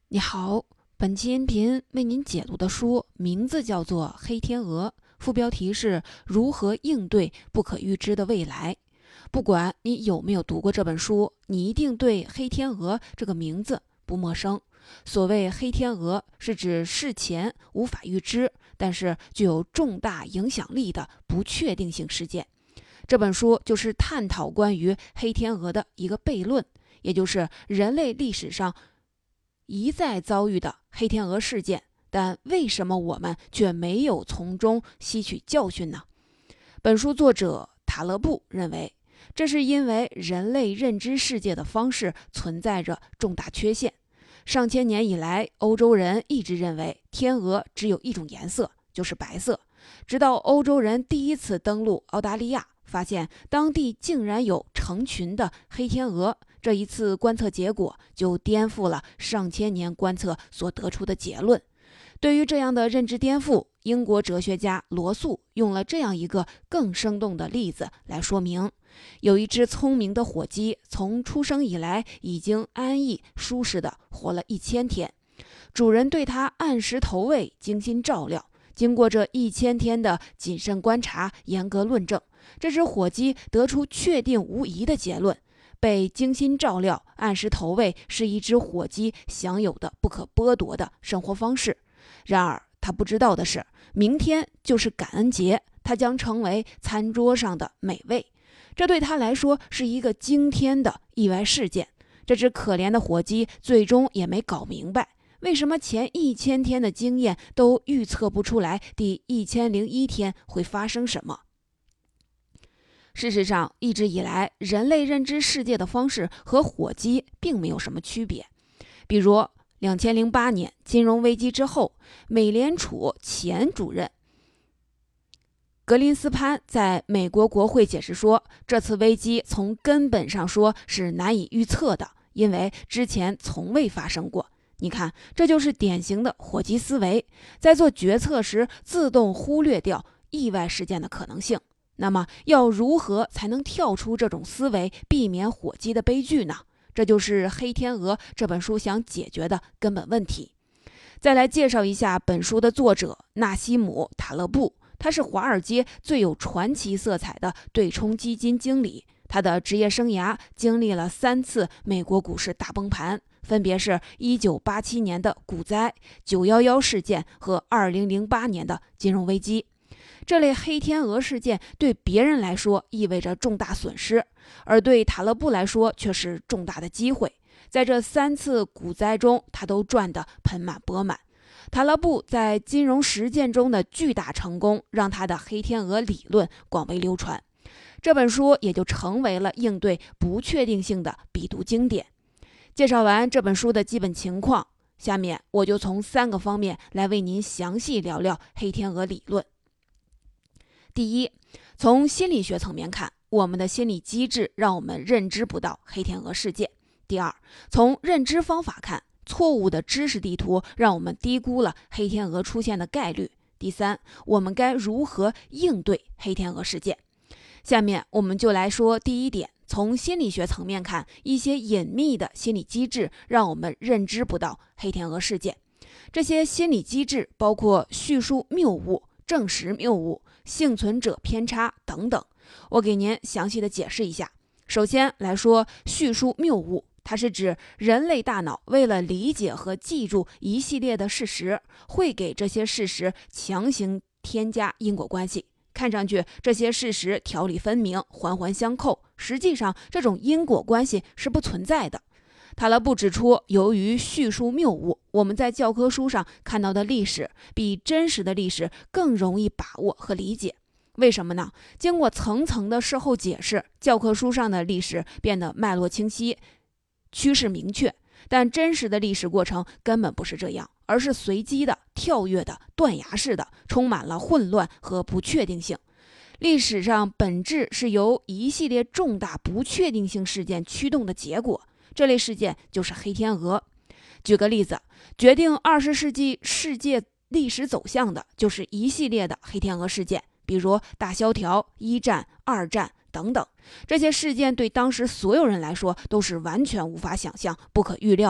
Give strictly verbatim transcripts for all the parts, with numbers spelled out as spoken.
你好，本期音频为您解读的书名字叫做《黑天鹅》，副标题是如何应对不可预知的未来。不管你有没有读过这本书，你一定对黑天鹅这个名字不陌生。所谓黑天鹅，是指事前无法预知，但是具有重大影响力的不确定性事件。这本书就是探讨关于黑天鹅的一个悖论，也就是人类历史上一再遭遇的黑天鹅事件，但为什么我们却没有从中吸取教训呢？本书作者塔勒布认为，这是因为人类认知世界的方式存在着重大缺陷。上千年以来，欧洲人一直认为天鹅只有一种颜色，就是白色。直到欧洲人第一次登陆澳大利亚，发现当地竟然有成群的黑天鹅，这一次观测结果就颠覆了上千年观测所得出的结论。对于这样的认知颠覆，英国哲学家罗素用了这样一个更生动的例子来说明：有一只聪明的火鸡，从出生以来已经安逸舒适地活了一千天，主人对它按时投喂，精心照料。经过这一千天的谨慎观察、严格论证，这只火鸡得出确定无疑的结论：被精心照料、按时投喂是一只火鸡享有的不可剥夺的生活方式。然而，他不知道的是，明天就是感恩节，它将成为餐桌上的美味。这对他来说是一个惊天的意外事件。这只可怜的火鸡最终也没搞明白，为什么前一千天的经验都预测不出来第一千零一天会发生什么？事实上，一直以来，人类认知世界的方式和火鸡并没有什么区别。比如，二零零八年金融危机之后，美联储前主任格林斯潘在美国国会解释说，这次危机从根本上说是难以预测的，因为之前从未发生过。你看，这就是典型的火鸡思维，在做决策时自动忽略掉意外事件的可能性。那么，要如何才能跳出这种思维，避免火鸡的悲剧呢？这就是《黑天鹅》这本书想解决的根本问题。再来介绍一下本书的作者纳西姆·塔勒布，他是华尔街最有传奇色彩的对冲基金经理。他的职业生涯经历了三次美国股市大崩盘，分别是一九八七年的股灾、九一一事件和二零零八年的金融危机。这类黑天鹅事件对别人来说意味着重大损失，而对塔勒布来说却是重大的机会。在这三次股灾中，他都赚得盆满钵满。塔勒布在金融实践中的巨大成功，让他的黑天鹅理论广为流传。这本书也就成为了应对不确定性的必读经典。介绍完这本书的基本情况，下面我就从三个方面来为您详细聊聊黑天鹅理论。第一，从心理学层面看，我们的心理机制让我们认知不到黑天鹅事件。第二，从认知方法看，错误的知识地图让我们低估了黑天鹅出现的概率。第三，我们该如何应对黑天鹅事件？下面我们就来说第一点，从心理学层面看，一些隐秘的心理机制让我们认知不到黑天鹅事件。这些心理机制包括叙述谬误、证实谬误、幸存者偏差等等。我给您详细的解释一下。首先来说叙述谬误，它是指人类大脑为了理解和记住一系列的事实，会给这些事实强行添加因果关系。看上去这些事实条理分明，环环相扣，实际上这种因果关系是不存在的。塔勒布指出，由于叙述谬误，我们在教科书上看到的历史比真实的历史更容易把握和理解。为什么呢？经过层层的事后解释，教科书上的历史变得脉络清晰，趋势明确，但真实的历史过程根本不是这样，而是随机的、跳跃的、断崖式的，充满了混乱和不确定性。历史上本质是由一系列重大不确定性事件驱动的结果，这类事件就是黑天鹅。举个例子，决定二十世纪世界历史走向的就是一系列的黑天鹅事件，比如大萧条、一战、二战等等。这些事件对当时所有人来说都是完全无法想象、不可预料的，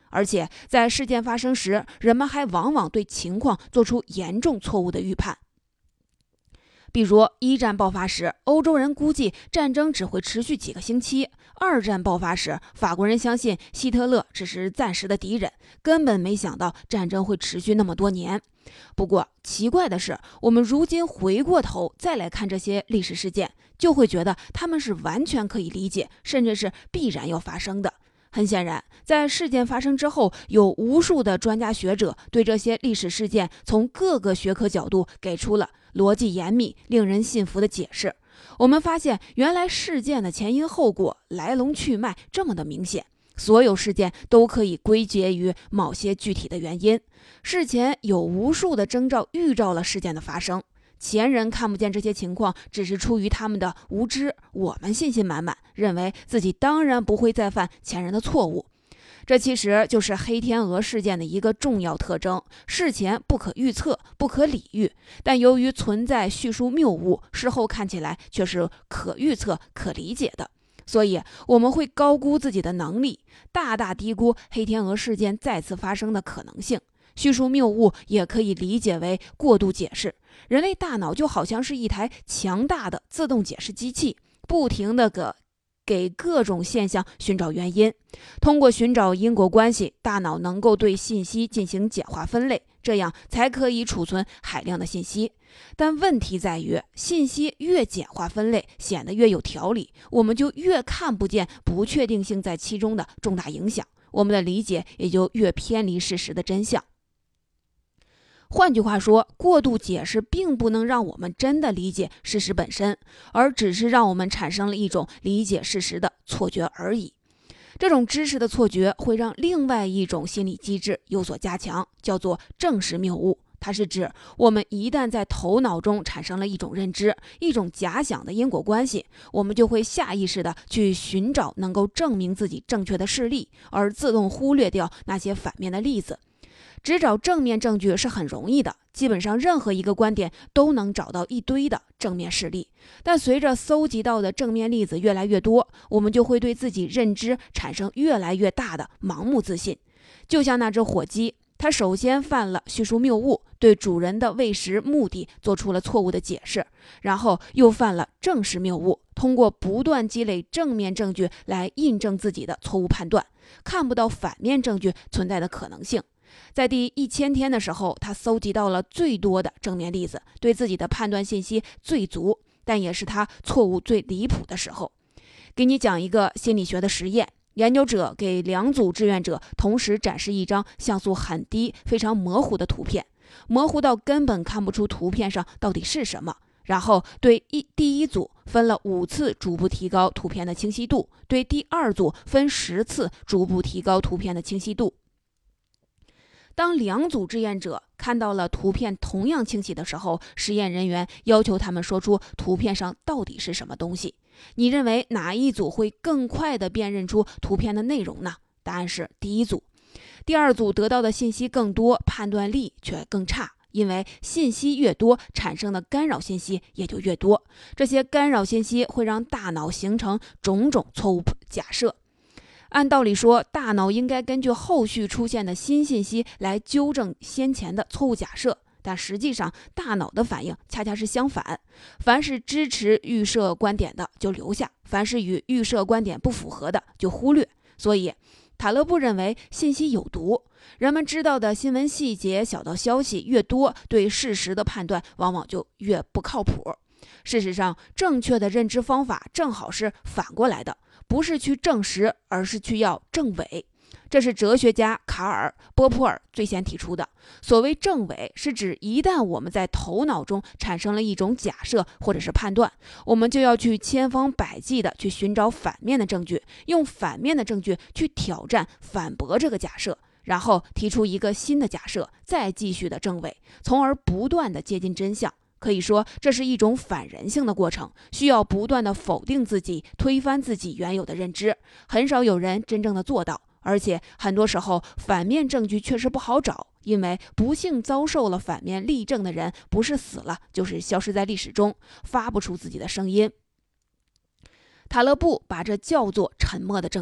而且在事件发生时，人们还往往对情况做出严重错误的预判。比如一战爆发时，欧洲人估计战争只会持续几个星期；二战爆发时，法国人相信希特勒只是暂时的敌人，根本没想到战争会持续那么多年。不过奇怪的是，我们如今回过头再来看这些历史事件，就会觉得他们是完全可以理解，甚至是必然要发生的。很显然，在事件发生之后，有无数的专家学者对这些历史事件从各个学科角度给出了逻辑严密、令人信服的解释。我们发现，原来事件的前因后果、来龙去脉这么的明显，所有事件都可以归结于某些具体的原因。事前有无数的征兆预兆了事件的发生。前人看不见这些情况，只是出于他们的无知，我们信心满满，认为自己当然不会再犯前人的错误。这其实就是黑天鹅事件的一个重要特征，事前不可预测、不可理喻，但由于存在叙述谬误，事后看起来却是可预测、可理解的。所以我们会高估自己的能力，大大低估黑天鹅事件再次发生的可能性。叙述谬误也可以理解为过度解释。人类大脑就好像是一台强大的自动解释机器，不停地给给各种现象寻找原因。通过寻找因果关系，大脑能够对信息进行简化分类，这样才可以储存海量的信息。但问题在于，信息越简化分类，显得越有条理，我们就越看不见不确定性在其中的重大影响，我们的理解也就越偏离事实的真相。换句话说，过度解释并不能让我们真的理解事实本身，而只是让我们产生了一种理解事实的错觉而已。这种知识的错觉会让另外一种心理机制有所加强，叫做证实谬误。它是指我们一旦在头脑中产生了一种认知，一种假想的因果关系，我们就会下意识地去寻找能够证明自己正确的事例，而自动忽略掉那些反面的例子。只找正面证据是很容易的，基本上任何一个观点都能找到一堆的正面事例。但随着搜集到的正面例子越来越多，我们就会对自己认知产生越来越大的盲目自信。就像那只火鸡，它首先犯了叙述谬误，对主人的喂食目的做出了错误的解释，然后又犯了证实谬误，通过不断积累正面证据来印证自己的错误判断，看不到反面证据存在的可能性。在第一千天的时候，他搜集到了最多的正面例子，对自己的判断信息最足，但也是他错误最离谱的时候。给你讲一个心理学的实验，研究者给两组志愿者同时展示一张像素很低、非常模糊的图片，模糊到根本看不出图片上到底是什么。然后对一第一组分了五次逐步提高图片的清晰度，对第二组分十次逐步提高图片的清晰度。当两组志愿者看到了图片同样清晰的时候，实验人员要求他们说出图片上到底是什么东西。你认为哪一组会更快地辨认出图片的内容呢？答案是第一组。第二组得到的信息更多，判断力却更差，因为信息越多，产生的干扰信息也就越多。这些干扰信息会让大脑形成种种错误假设。按道理说，大脑应该根据后续出现的新信息来纠正先前的错误假设，但实际上大脑的反应恰恰是相反，凡是支持预设观点的就留下，凡是与预设观点不符合的就忽略。所以塔勒布认为信息有毒，人们知道的新闻细节、小道消息越多，对事实的判断往往就越不靠谱。事实上，正确的认知方法正好是反过来的，不是去证实，而是去要证伪。这是哲学家卡尔·波普尔最先提出的。所谓证伪，是指一旦我们在头脑中产生了一种假设或者是判断，我们就要去千方百计的去寻找反面的证据，用反面的证据去挑战、反驳这个假设，然后提出一个新的假设，再继续的证伪，从而不断的接近真相。可以说，这是一种反人性的过程，需要不断的否定自己，推翻自己原有的认知。很少有人真正的做到，而且很多时候反面证据确实不好找，因为不幸遭受了反面例证的人，不是死了，就是消失在历史中，发不出自己的声音。塔勒布把这叫做沉默的证据。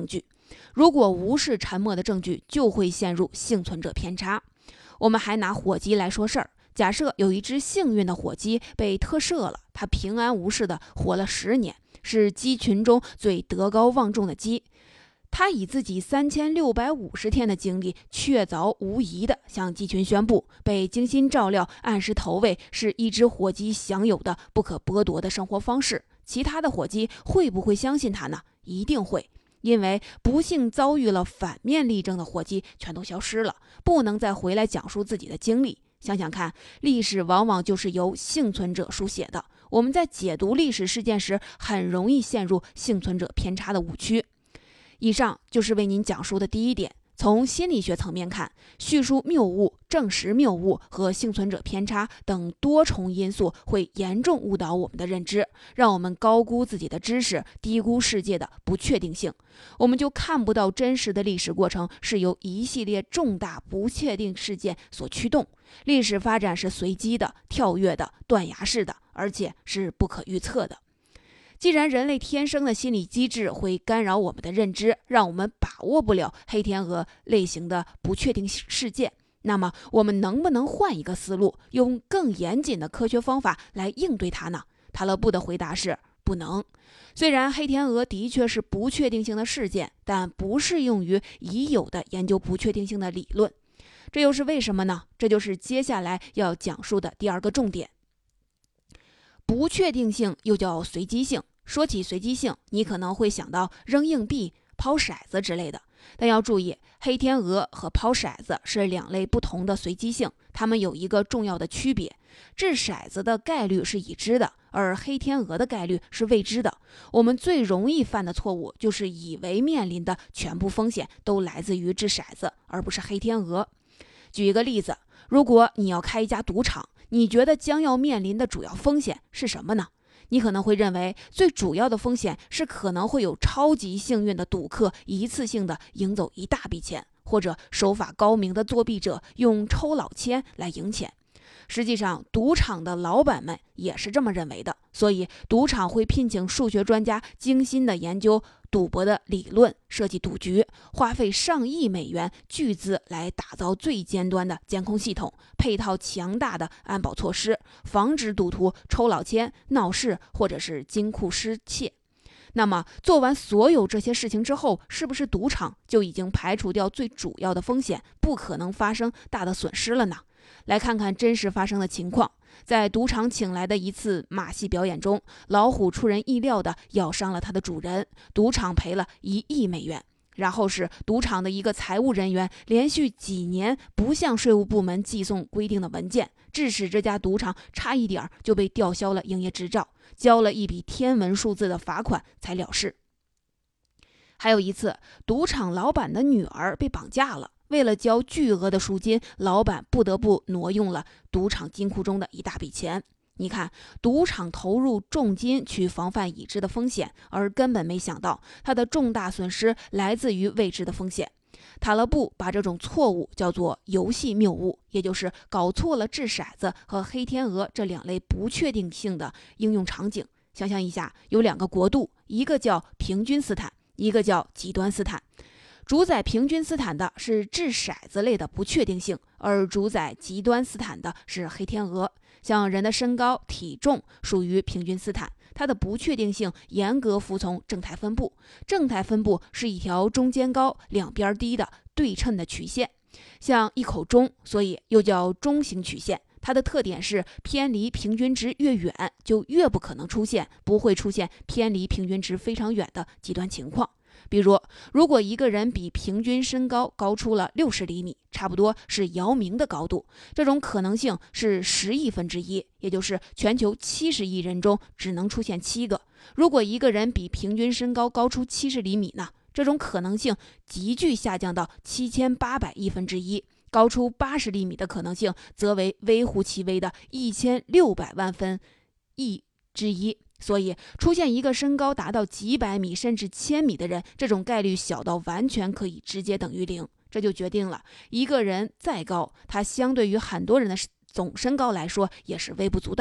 如果无视沉默的证据，就会陷入幸存者偏差。我们还拿火鸡来说事儿，假设有一只幸运的火鸡被特赦了，它平安无事的活了十年，是鸡群中最德高望重的鸡。他以自己三千六百五十天的经历，确凿无疑地向鸡群宣布，被精心照料、按时投喂是一只火鸡享有的不可剥夺的生活方式。其他的火鸡会不会相信他呢？一定会，因为不幸遭遇了反面例证的火鸡全都消失了，不能再回来讲述自己的经历。想想看，历史往往就是由幸存者书写的，我们在解读历史事件时，很容易陷入幸存者偏差的误区。以上就是为您讲述的第一点。从心理学层面看，叙述谬误、证实谬误和幸存者偏差等多重因素会严重误导我们的认知，让我们高估自己的知识，低估世界的不确定性。我们就看不到真实的历史过程是由一系列重大不确定事件所驱动。历史发展是随机的、跳跃的、断崖式的，而且是不可预测的。既然人类天生的心理机制会干扰我们的认知，让我们把握不了黑天鹅类型的不确定事件，那么我们能不能换一个思路，用更严谨的科学方法来应对它呢？塔勒布的回答是不能。虽然黑天鹅的确是不确定性的事件，但不适用于已有的研究不确定性的理论。这又是为什么呢？这就是接下来要讲述的第二个重点。不确定性又叫随机性。说起随机性，你可能会想到扔硬币、抛骰子之类的，但要注意，黑天鹅和抛骰子是两类不同的随机性，它们有一个重要的区别：掷骰子的概率是已知的，而黑天鹅的概率是未知的。我们最容易犯的错误就是以为面临的全部风险都来自于掷骰子，而不是黑天鹅。举一个例子，如果你要开一家赌场，你觉得将要面临的主要风险是什么呢？你可能会认为最主要的风险是可能会有超级幸运的赌客一次性的赢走一大笔钱，或者手法高明的作弊者用抽老千来赢钱。实际上，赌场的老板们也是这么认为的，所以赌场会聘请数学专家精心的研究赌博的理论，设计赌局，花费上亿美元巨资来打造最尖端的监控系统，配套强大的安保措施，防止赌徒抽老千、闹事或者是金库失窃。那么做完所有这些事情之后，是不是赌场就已经排除掉最主要的风险，不可能发生大的损失了呢？来看看真实发生的情况。在赌场请来的一次马戏表演中，老虎出人意料地咬伤了它的主人，赌场赔了一亿美元。然后是赌场的一个财务人员连续几年不向税务部门寄送规定的文件，致使这家赌场差一点就被吊销了营业执照，交了一笔天文数字的罚款才了事。还有一次，赌场老板的女儿被绑架了，为了交巨额的赎金，老板不得不挪用了赌场金库中的一大笔钱。你看，赌场投入重金去防范已知的风险，而根本没想到它的重大损失来自于未知的风险。塔勒布把这种错误叫做游戏谬误，也就是搞错了掷骰子和黑天鹅这两类不确定性的应用场景。想象一下，有两个国度，一个叫平均斯坦，一个叫极端斯坦。主宰平均斯坦的是掷骰子类的不确定性，而主宰极端斯坦的是黑天鹅。像人的身高、体重属于平均斯坦，它的不确定性严格服从正态分布。正态分布是一条中间高、两边低的对称的曲线，像一口钟，所以又叫钟形曲线。它的特点是偏离平均值越远，就越不可能出现不会出现偏离平均值非常远的极端情况。比如，如果一个人比平均身高高出了六十厘米，差不多是姚明的高度，这种可能性是十亿分之一，也就是全球七十亿人中只能出现七个。如果一个人比平均身高高出七十厘米呢，这种可能性急剧下降到七千八百亿分之一，高出八十厘米的可能性则为微乎其微的一千六百万分亿之一。所以，出现一个身高达到几百米甚至千米的人，这种概率小到完全可以直接等于零。这就决定了一个人再高，他相对于很多人的总身高来说也是微不足道的。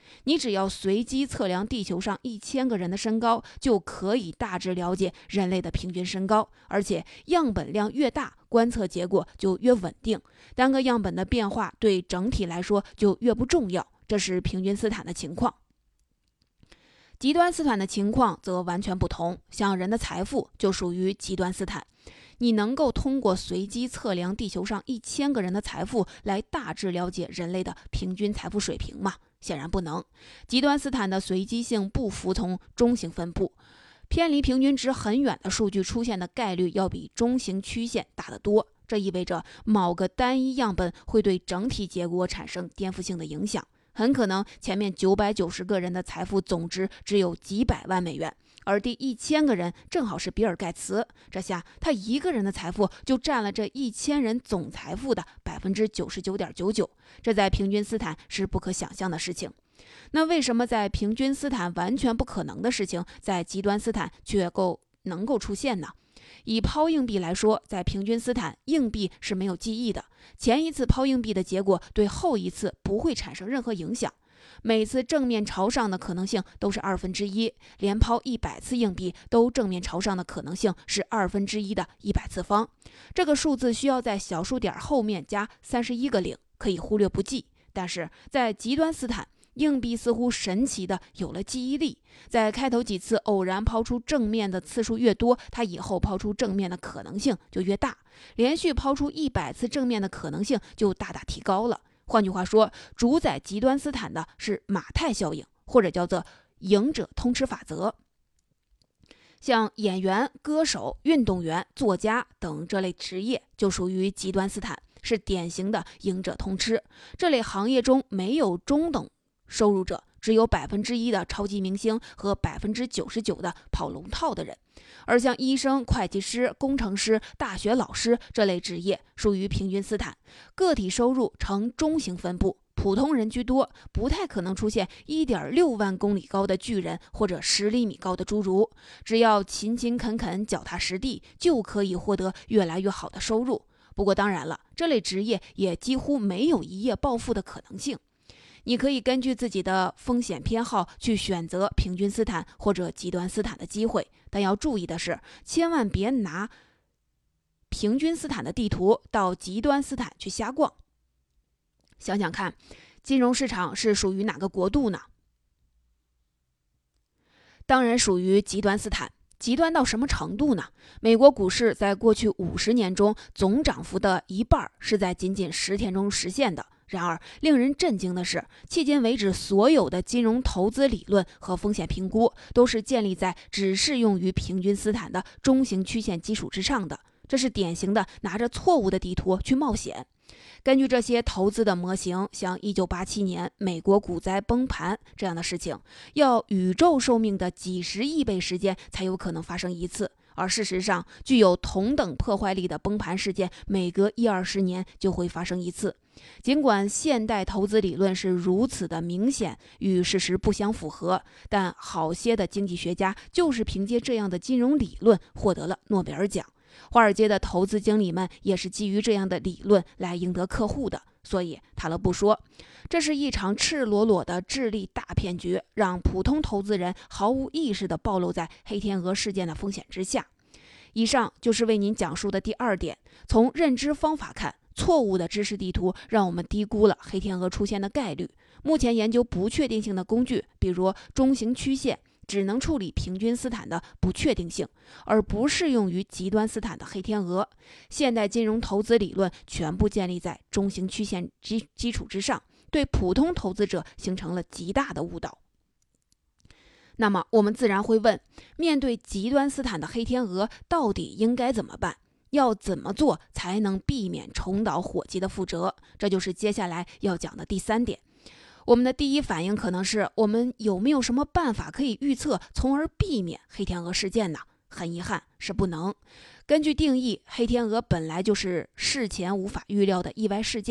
你只要随机测量地球上一千个人的身高，就可以大致了解人类的平均身高，而且样本量越大，观测结果就越稳定，单个样本的变化对整体来说就越不重要。这是平均斯坦的情况。极端斯坦的情况则完全不同，像人的财富就属于极端斯坦。你能够通过随机测量地球上一千个人的财富来大致了解人类的平均财富水平吗？显然不能。极端斯坦的随机性不服从中型分布，偏离平均值很远的数据出现的概率要比中型曲线大得多。这意味着某个单一样本会对整体结果产生颠覆性的影响。很可能前面九百九十个人的财富总值只有几百万美元，而第一千个人正好是比尔盖茨，这下他一个人的财富就占了这一千人总财富的 百分之九十九点九九， 这在平均斯坦是不可想象的事情。那为什么在平均斯坦完全不可能的事情，在极端斯坦却够能够出现呢？以抛硬币来说，在平均斯坦，硬币是没有记忆的，前一次抛硬币的结果对后一次不会产生任何影响，每次正面朝上的可能性都是二分之一，连抛一百次硬币都正面朝上的可能性是二分之一的一百次方。这个数字需要在小数点后面加三十一个零，可以忽略不计。但是在极端斯坦，硬币似乎神奇的有了记忆力，在开头几次偶然抛出正面的次数越多，它以后抛出正面的可能性就越大，连续抛出一百次正面的可能性就大大提高了。换句话说，主宰极端斯坦的是马太效应，或者叫做赢者通吃法则。像演员、歌手、运动员、作家等这类职业就属于极端斯坦，是典型的赢者通吃。这类行业中没有中等收入者，只有百分之一的超级明星和百分之九十九的跑龙套的人。而像医生、会计师、工程师、大学老师这类职业属于平均斯坦，个体收入呈中型分布，普通人居多，不太可能出现 一点六万公里高的巨人或者十厘米高的侏儒。只要勤勤恳恳、脚踏实地，就可以获得越来越好的收入。不过当然了，这类职业也几乎没有一夜暴富的可能性。你可以根据自己的风险偏好去选择平均斯坦或者极端斯坦的机会，但要注意的是，千万别拿平均斯坦的地图到极端斯坦去瞎逛。想想看，金融市场是属于哪个国度呢？当然属于极端斯坦。极端到什么程度呢？美国股市在过去五十年中总涨幅的一半是在仅仅十天中实现的。然而，令人震惊的是，迄今为止所有的金融投资理论和风险评估都是建立在只适用于平均斯坦的中型曲线基础之上的。这是典型的拿着错误的地图去冒险。根据这些投资的模型，像一九八七年美国股灾崩盘这样的事情，要宇宙寿命的几十亿倍时间才有可能发生一次。而事实上，具有同等破坏力的崩盘事件，每隔一二十年就会发生一次。尽管现代投资理论是如此的明显与事实不相符合，但好些的经济学家就是凭借这样的金融理论获得了诺贝尔奖。华尔街的投资经理们也是基于这样的理论来赢得客户的。所以塔勒布说，这是一场赤裸裸的智力大骗局，让普通投资人毫无意识地暴露在黑天鹅事件的风险之下。以上就是为您讲述的第二点。从认知方法看，错误的知识地图让我们低估了黑天鹅出现的概率。目前研究不确定性的工具，比如中型曲线，只能处理平均斯坦的不确定性，而不适用于极端斯坦的黑天鹅。现代金融投资理论全部建立在中型曲线基基础之上，对普通投资者形成了极大的误导。那么我们自然会问，面对极端斯坦的黑天鹅，到底应该怎么办？要怎么做才能避免重蹈伙计的覆辙？这就是接下来要讲的第三点。我们的第一反应可能是，我们有没有什么办法可以预测，从而避免黑天鹅事件呢？很遗憾，是不能。根据定义，黑天鹅本来就是事前无法预料的意外事件。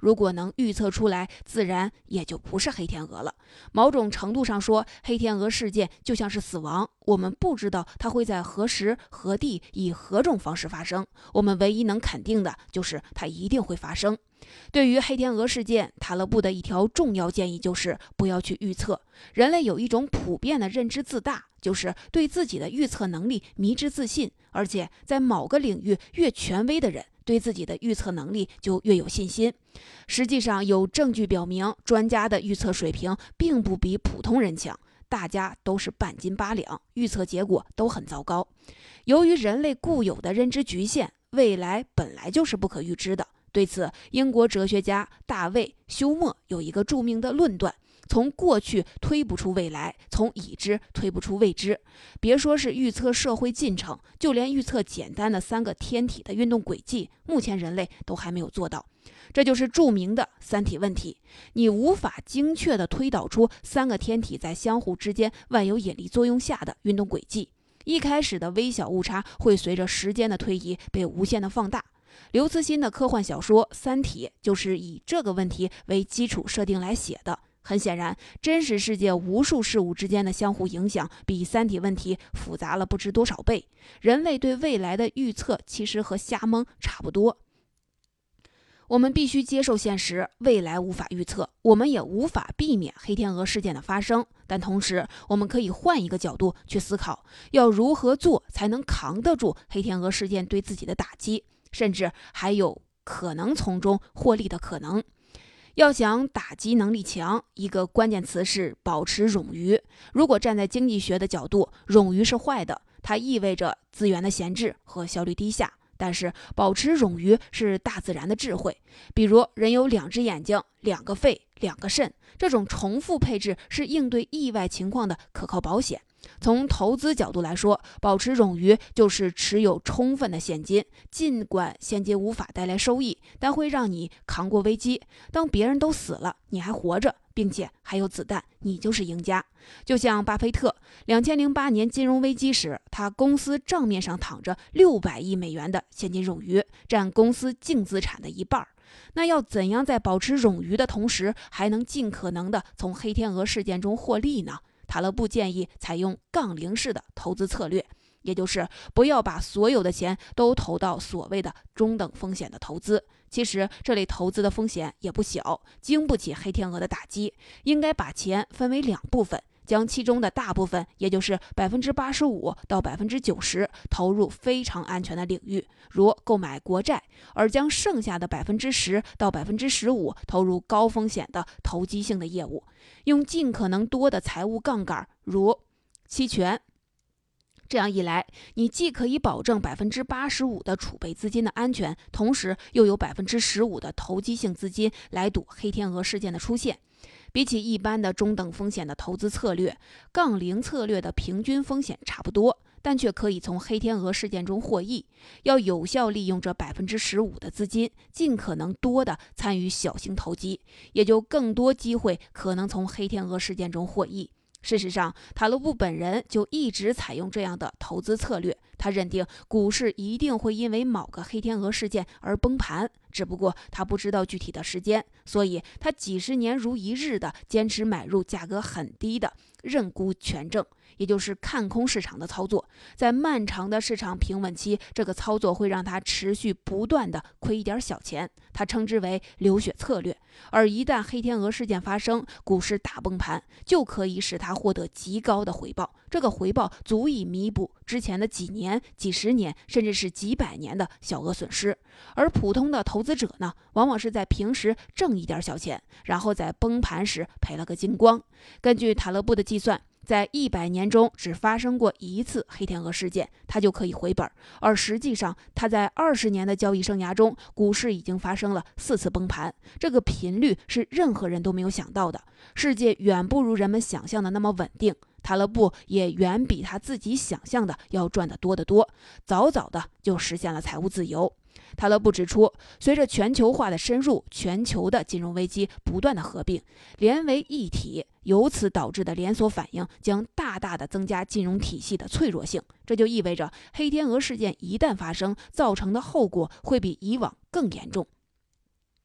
如果能预测出来，自然也就不是黑天鹅了。某种程度上说，黑天鹅事件就像是死亡，我们不知道它会在何时何地以何种方式发生，我们唯一能肯定的就是它一定会发生。对于黑天鹅事件，塔勒布的一条重要建议就是不要去预测。人类有一种普遍的认知自大，就是对自己的预测能力迷之自信，而且在某个领域越权威的人，对自己的预测能力就越有信心。实际上，有证据表明，专家的预测水平并不比普通人强，大家都是半斤八两，预测结果都很糟糕。由于人类固有的认知局限，未来本来就是不可预知的。对此，英国哲学家大卫·休谟有一个著名的论断：从过去推不出未来，从已知推不出未知。别说是预测社会进程，就连预测简单的三个天体的运动轨迹，目前人类都还没有做到。这就是著名的三体问题。你无法精确地推导出三个天体在相互之间万有引力作用下的运动轨迹。一开始的微小误差会随着时间的推移被无限的放大。刘慈欣的科幻小说《三体》就是以这个问题为基础设定来写的。很显然，真实世界无数事物之间的相互影响比三体问题复杂了不知多少倍。人类对未来的预测其实和瞎蒙差不多。我们必须接受现实，未来无法预测，我们也无法避免黑天鹅事件的发生。但同时，我们可以换一个角度去思考，要如何做才能扛得住黑天鹅事件对自己的打击，甚至还有可能从中获利的可能。要想打击能力强，一个关键词是保持冗余。如果站在经济学的角度，冗余是坏的，它意味着资源的闲置和效率低下。但是保持冗余是大自然的智慧，比如人有两只眼睛、两个肺、两个肾，这种重复配置是应对意外情况的可靠保险。从投资角度来说，保持冗余就是持有充分的现金，尽管现金无法带来收益，但会让你扛过危机。当别人都死了，你还活着，并且还有子弹，你就是赢家。就像巴菲特两千零八年金融危机时，他公司账面上躺着六百亿美元的现金冗余，占公司净资产的一半。那要怎样在保持冗余的同时，还能尽可能的从黑天鹅事件中获利呢？塔勒布建议采用杠铃式的投资策略，也就是不要把所有的钱都投到所谓的中等风险的投资。其实这类投资的风险也不小，经不起黑天鹅的打击。应该把钱分为两部分，将其中的大部分，也就是百分之八十五到百分之九十投入非常安全的领域，如购买国债，而将剩下的百分之十到百分之十五投入高风险的投机性的业务，用尽可能多的财务杠杆，如期权。这样一来，你既可以保证百分之八十五的储备资金的安全，同时又有百分之十五的投机性资金来赌黑天鹅事件的出现。比起一般的中等风险的投资策略，杠铃策略的平均风险差不多，但却可以从黑天鹅事件中获益。要有效利用这百分之十五的资金，尽可能多的参与小型投机，也就更多机会可能从黑天鹅事件中获益。事实上，塔勒布本人就一直采用这样的投资策略。他认定股市一定会因为某个黑天鹅事件而崩盘，只不过他不知道具体的时间，所以他几十年如一日的坚持买入价格很低的认沽权证，也就是看空市场的操作。在漫长的市场平稳期，这个操作会让他持续不断的亏一点小钱，他称之为流血策略。而一旦黑天鹅事件发生，股市大崩盘，就可以使他获得极高的回报，这个回报足以弥补之前的几年、几十年甚至是几百年的小额损失。而普通的投资者呢，往往是在平时挣一点小钱，然后在崩盘时赔了个精光。根据塔勒布的计算，在一百年中只发生过一次黑天鹅事件，他就可以回本。而实际上，他在二十年的交易生涯中，股市已经发生了四次崩盘，这个频率是任何人都没有想到的。世界远不如人们想象的那么稳定，塔勒布也远比他自己想象的要赚得多得多，早早的就实现了财务自由。塔勒布指出，随着全球化的深入，全球的金融危机不断的合并，连为一体，由此导致的连锁反应将大大的增加金融体系的脆弱性。这就意味着黑天鹅事件一旦发生，造成的后果会比以往更严重。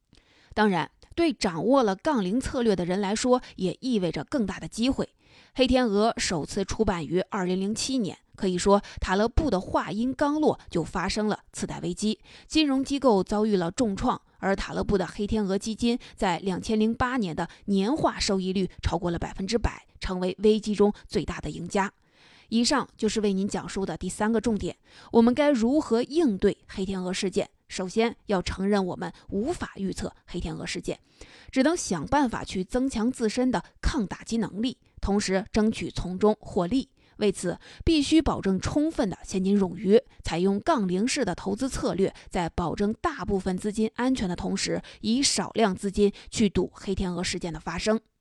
当然，对掌握了杠铃策略的人来说，也意味着更大的机会。黑天鹅首次出版于二零零七年，可以说塔勒布的话音刚落，就发生了次贷危机，金融机构遭遇了重创，而塔勒布的黑天鹅基金在两千零八年的年化收益率超过了百分之百，成为危机中最大的赢家。以上就是为您讲述的第三个重点，我们该如何应对黑天鹅事件。首先要承认我们无法预测黑天鹅事件，只能想办法去增强自身的抗打击能力，同时争取从中获利。为此，必须保证充分的现金冗余，采用杠铃式的投资策略，在保证大部分资金安全的同时，以少量资金去赌黑天鹅事件的发生。